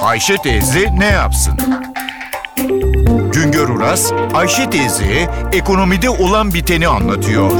Ayşe teyze ne yapsın? Güngör Uras, Ayşe teyzeye ekonomide olan biteni anlatıyor.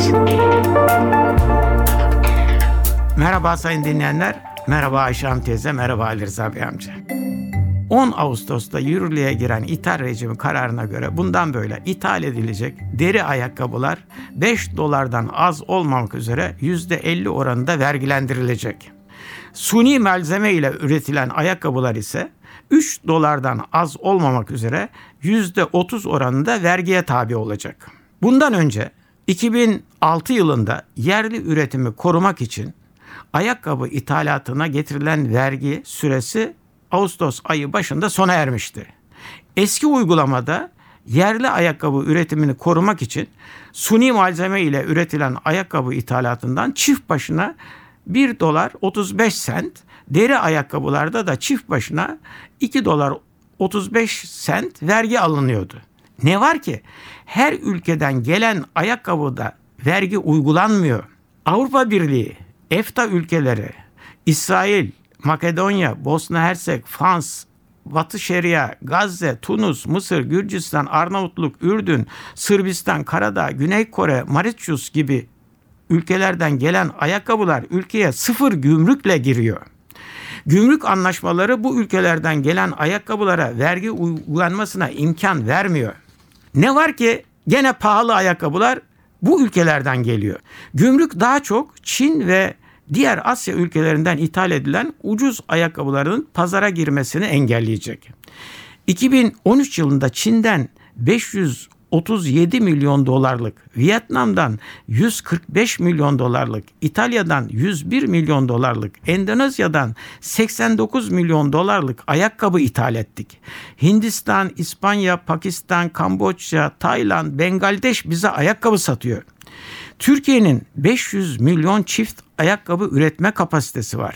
Merhaba sayın dinleyenler, merhaba Ayşe Hanım teyze, merhaba Ali Rıza Bey amca. 10 Ağustos'ta yürürlüğe giren ithal rejimi kararına göre bundan böyle ithal edilecek deri ayakkabılar 5 dolardan az olmamak üzere %50 oranında vergilendirilecek. Suni malzeme ile üretilen ayakkabılar ise 3 dolardan az olmamak üzere %30 oranında vergiye tabi olacak. Bundan önce 2006 yılında yerli üretimi korumak için ayakkabı ithalatına getirilen vergi süresi Ağustos ayı başında sona ermişti. Eski uygulamada yerli ayakkabı üretimini korumak için suni malzeme ile üretilen ayakkabı ithalatından çift başına 1 dolar 35 sent, deri ayakkabılarda da çift başına 2 dolar 35 sent vergi alınıyordu. Ne var ki her ülkeden gelen ayakkabıda vergi uygulanmıyor. Avrupa Birliği, EFTA ülkeleri, İsrail, Makedonya, Bosna Hersek, Fas, Batı Şeria, Gazze, Tunus, Mısır, Gürcistan, Arnavutluk, Ürdün, Sırbistan, Karadağ, Güney Kore, Mauritius gibi ülkelerden gelen ayakkabılar ülkeye sıfır gümrükle giriyor. Gümrük anlaşmaları bu ülkelerden gelen ayakkabılara vergi uygulanmasına imkan vermiyor. Ne var ki gene pahalı ayakkabılar bu ülkelerden geliyor. Gümrük daha çok Çin ve diğer Asya ülkelerinden ithal edilen ucuz ayakkabıların pazara girmesini engelleyecek. 2013 yılında Çin'den 537 milyon dolarlık, Vietnam'dan 145 milyon dolarlık, İtalya'dan 101 milyon dolarlık, Endonezya'dan 89 milyon dolarlık ayakkabı ithal ettik. Hindistan, İspanya, Pakistan, Kamboçya, Tayland, Bangladeş bize ayakkabı satıyor. Türkiye'nin 500 milyon çift ayakkabı üretme kapasitesi var.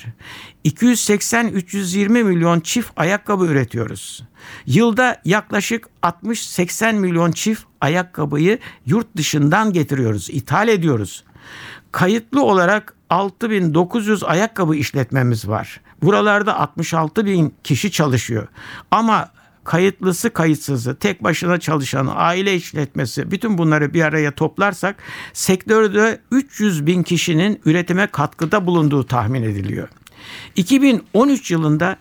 280-320 milyon çift ayakkabı üretiyoruz. Yılda yaklaşık 60-80 milyon çift ayakkabıyı yurt dışından getiriyoruz, ithal ediyoruz. Kayıtlı olarak 6.900 ayakkabı işletmemiz var. Buralarda 66.000 kişi çalışıyor. Ama kayıtlısı kayıtsızı, tek başına çalışanı, aile işletmesi, bütün bunları bir araya toplarsak sektörde 300.000 kişinin üretime katkıda bulunduğu tahmin ediliyor. 2013 yılında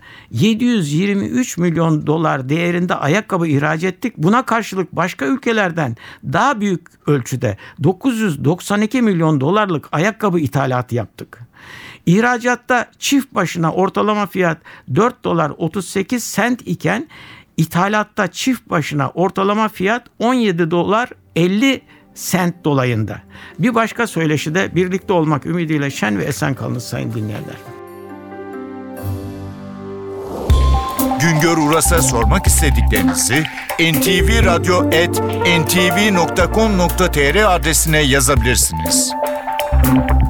723 milyon dolar değerinde ayakkabı ihraç ettik. Buna karşılık başka ülkelerden daha büyük ölçüde 992 milyon dolarlık ayakkabı ithalatı yaptık. İhracatta çift başına ortalama fiyat 4 dolar 38 sent iken İthalatta çift başına ortalama fiyat 17 dolar 50 sent dolayında. Bir başka söyleşide birlikte olmak ümidiyle şen ve esen kalınız sayın dinleyenler. Güngör Uras'a sormak istediklerinizi ntvradyo@ntv.com.tr adresine yazabilirsiniz.